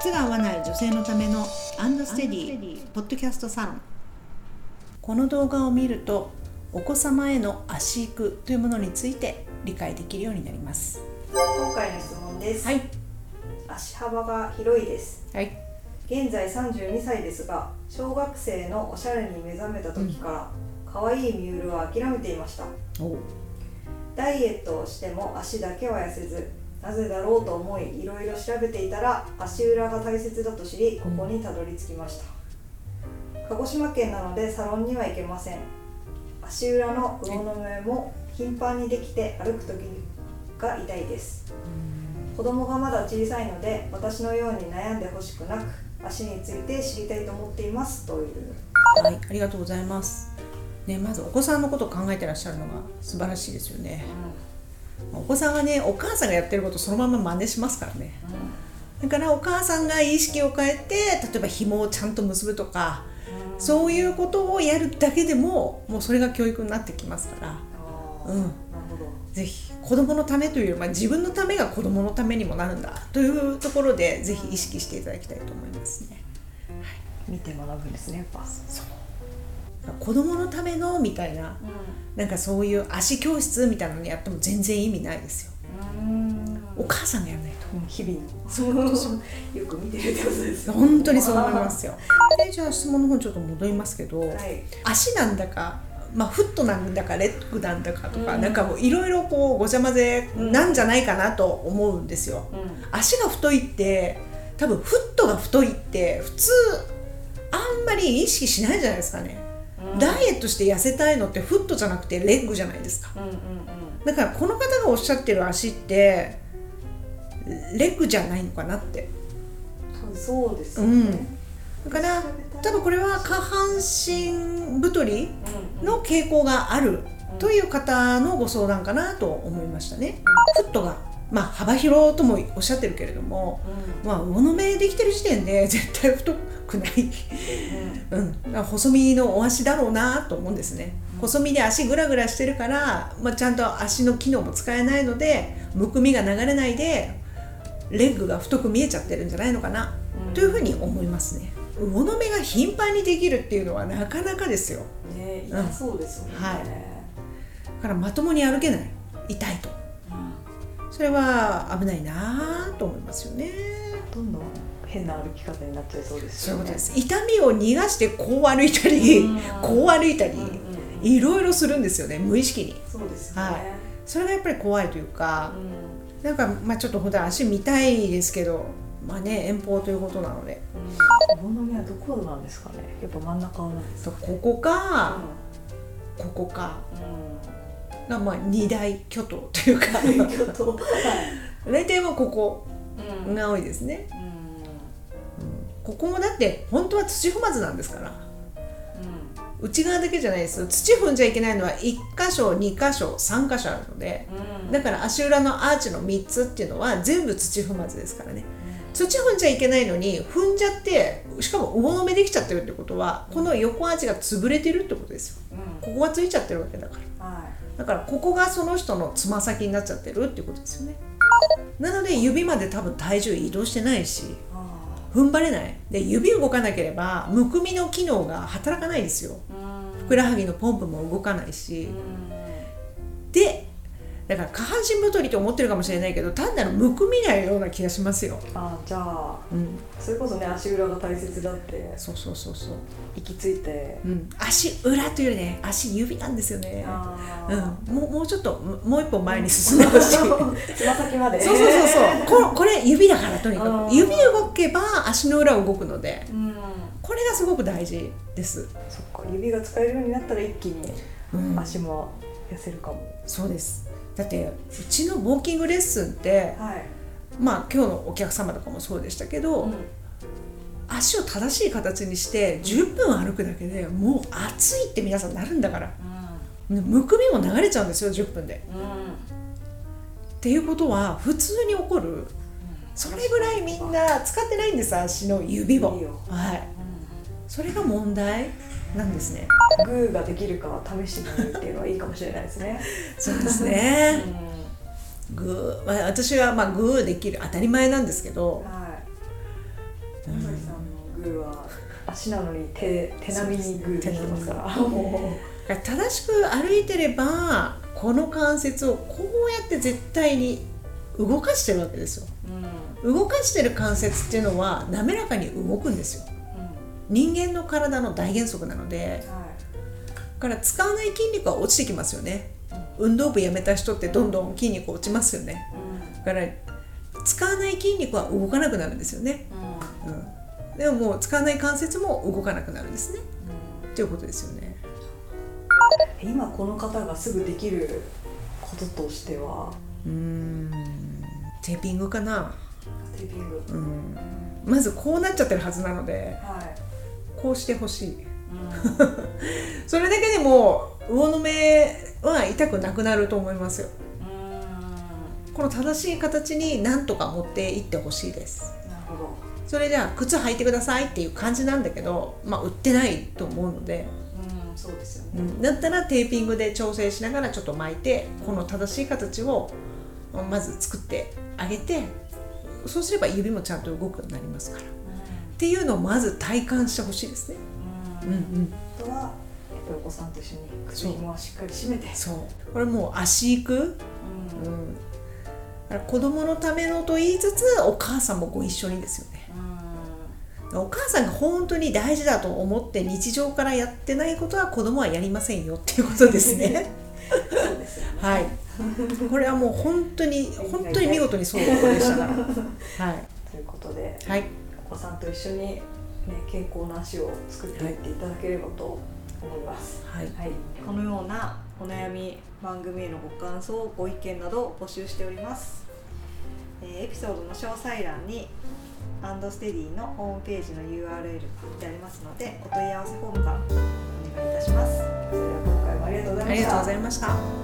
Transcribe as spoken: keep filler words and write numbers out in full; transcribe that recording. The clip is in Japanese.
靴が合わない女性のためのアンドステディポッドキャストサロン。この動画を見るとお子様への足育というものについて理解できるようになります。 今回の質問です。 はい、 足幅が広いです、 はい、 現在さんじゅうにさいですが、小学生のおしゃれに目覚めた時から、うん、可愛いミュールは諦めていました。 おダイエットをしても足だけは痩せず、なぜだろうと思いいろいろ調べていたら、足裏が大切だと知り、ここにたどり着きました。鹿児島県なのでサロンには行けません。足裏の魚の目も頻繁にできて歩く時が痛いです。子供がまだ小さいので、私のように悩んでほしくなく、足について知りたいと思っていますという。 はい、ありがとうございます、ね、まずお子さんのことを考えてらっしゃるのが素晴らしいですよね、うん、お子さんはね、お母さんがやってることをそのまま真似しますからね、うん、だからお母さんが意識を変えて、例えば紐をちゃんと結ぶとか、うん、そういうことをやるだけでももうそれが教育になってきますから、うん、なるほど。ぜひ子供のためというより、まあ、自分のためが子供のためにもなるんだというところで、ぜひ意識していただきたいと思いますね。 はい、見て学ぶんですね、やっぱ。 そう子供のためのみたいな、うん、なんかそういう足教室みたいなのにやっても全然意味ないですよ。うーん、お母さんがやらないと、 うん、日々そうよく見てるってことですよ。 本当にそう思いますよ。で、じゃあ質問の方にちょっと戻りますけど、はい、足なんだか、まあ、フットなんだかレッグなんだかとか、うん、なんかもういろいろこうごちゃ混ぜなんじゃないかなと思うんですよ、うん、足が太いって多分フットが太いって普通あんまり意識しないじゃないですかね、うん、ダイエットして痩せたいのってフットじゃなくてレッグじゃないですか、うんうんうん、だからこの方がおっしゃってる足ってレッグじゃないのかなって。 そうですよね、 うん、だから多分これは下半身太りの傾向があるという方のご相談かなと思いましたね。フットが、まあ、幅広ともおっしゃってるけれども、うん、まあ、魚の目できてる時点で絶対太くない、うん、だから細身のお足だろうなと思うんですね、うん、細身で足グラグラしてるから、まあ、ちゃんと足の機能も使えないのでむくみが流れないでレッグが太く見えちゃってるんじゃないのかな、うん、というふうに思いますね。魚の目が頻繁にできるっていうのはなかなかですよ。 ね、痛そうですよね、うん、はい。だからまともに歩けない、痛いと、うん、それは危ないなと思いますよね。 どんどん変な歩き方になっちゃいそうですよね。 そういうことです。痛みを逃がしてこう歩いたり、うん、こう歩いたり、うんうんうん、いろいろするんですよね、無意識に。 そうですね、はい、 それがやっぱり怖いというか、うん、なんかまあちょっと普段足見たいですけど、まあね、遠方ということなので、 魚の目はどこなんですかね。やっぱ真ん中なんですかね。 ここか、うん、ここか、うん、がまあ二大巨頭というか巨頭大体もうここが多いですね、うんうん、ここもだって本当は土踏まずなんですから、うん、内側だけじゃないですよ。土踏んじゃいけないのはいっ箇所に箇所さん箇所あるので、うん、だから足裏のアーチのみっつっていうのは全部土踏まずですからね。土踏んじゃいけないのに踏んじゃって、しかも魚の目できちゃってるってことは、この横アーチが潰れてるってことですよ、うん、ここがついちゃってるわけだから、はい、だからここがその人のつま先になっちゃってるってことですよね。なので指まで多分体重移動してないし、踏ん張れないで、指動かなければむくみの機能が働かないですよ。ふくらはぎのポンプも動かないし、でだから下半身太りと思ってるかもしれないけど、単なるむくみないような気がしますよ。 あ、じゃあ、うん、それこそね、足裏が大切だって、 そうそうそうそう、 行き着いて、 うん、足裏というよりね、足指なんですよね。うん、もう、もうちょっともう一歩前に進んでほしいつま先まで。 そうそうそうそうこ, これ指だから、とにかく指動けば足の裏動くので、うん、これがすごく大事です。 そっか、指が使えるようになったら一気に足も痩せるかも、うん、 そうです。だってうちのウォーキングレッスンって、はい、まあ今日のお客様とかもそうでしたけど、うん、足を正しい形にしてじゅっぷん歩くだけでもう暑いって皆さんなるんだから、うん、むくみも流れちゃうんですよ、じゅっぷんで、うん、っていうことは普通に起こる、うん、それぐらいみんな使ってないんです、足の指を、はい、うん、それが問題なんですね。 グーができるかは試してみるっていうのはいいかもしれないですね。 そうですね、うん、グー、まあ、私はまあグーできる当たり前なんですけど、は山崎さんのグーは足なのに 手, 手並みにグーできてますからもう正しく歩いてればこの関節をこうやって絶対に動かしてるわけですよ、うん、動かしてる関節っていうのは滑らかに動くんですよ、うん、人間の体の大原則なので、はい、だから使わない筋肉は落ちてきますよね、うん、運動部やめた人ってどんどん筋肉落ちますよね、うん、だから使わない筋肉は動かなくなるんですよね、うんうん、でももう使わない関節も動かなくなるんですね、うん、っていうことですよね。 今この方がすぐできることとしてはうーんテーピングかな。 テーピング、 うん、まずこうなっちゃってるはずなので、はい、こうしてほしい、うん、それだけでも魚の目は痛くなくなると思いますよ。うん、この正しい形に何とか持っていってほしいです。 なるほど。 それじゃあ靴履いてくださいっていう感じなんだけど、まあ売ってないと思うので、 うん、そうですよね、うん、 だったらテーピングで調整しながらちょっと巻いてこの正しい形をまず作ってあげて、そうすれば指もちゃんと動くようになりますから、うん、っていうのをまず体感してほしいですね。 うんうんうん、あとはお子さんと一緒に靴紐はしっかり締めて、 そうこれもう足育、うんうん、だから子供のためのと言いつつお母さんもご一緒にですよね、うん、お母さんが本当に大事だと思って日常からやってないことは子供はやりませんよっていうことですね。 そうですよね。 はい。これはもう本当に本当に見事にそうでしたから。はい。 ということで、 はい、 お子さんと一緒に、ね、健康な足を作っていっていただければと思います。はい。はい、このようなお悩み、番組へのご感想、ご意見などを募集しております。えー、エピソードの詳細欄にアンドステディのホームページの ユーアールエルが貼ってありますので、お問い合わせフォームからお願いいたします。それでは今回もありがとうございました。 ありがとうございました。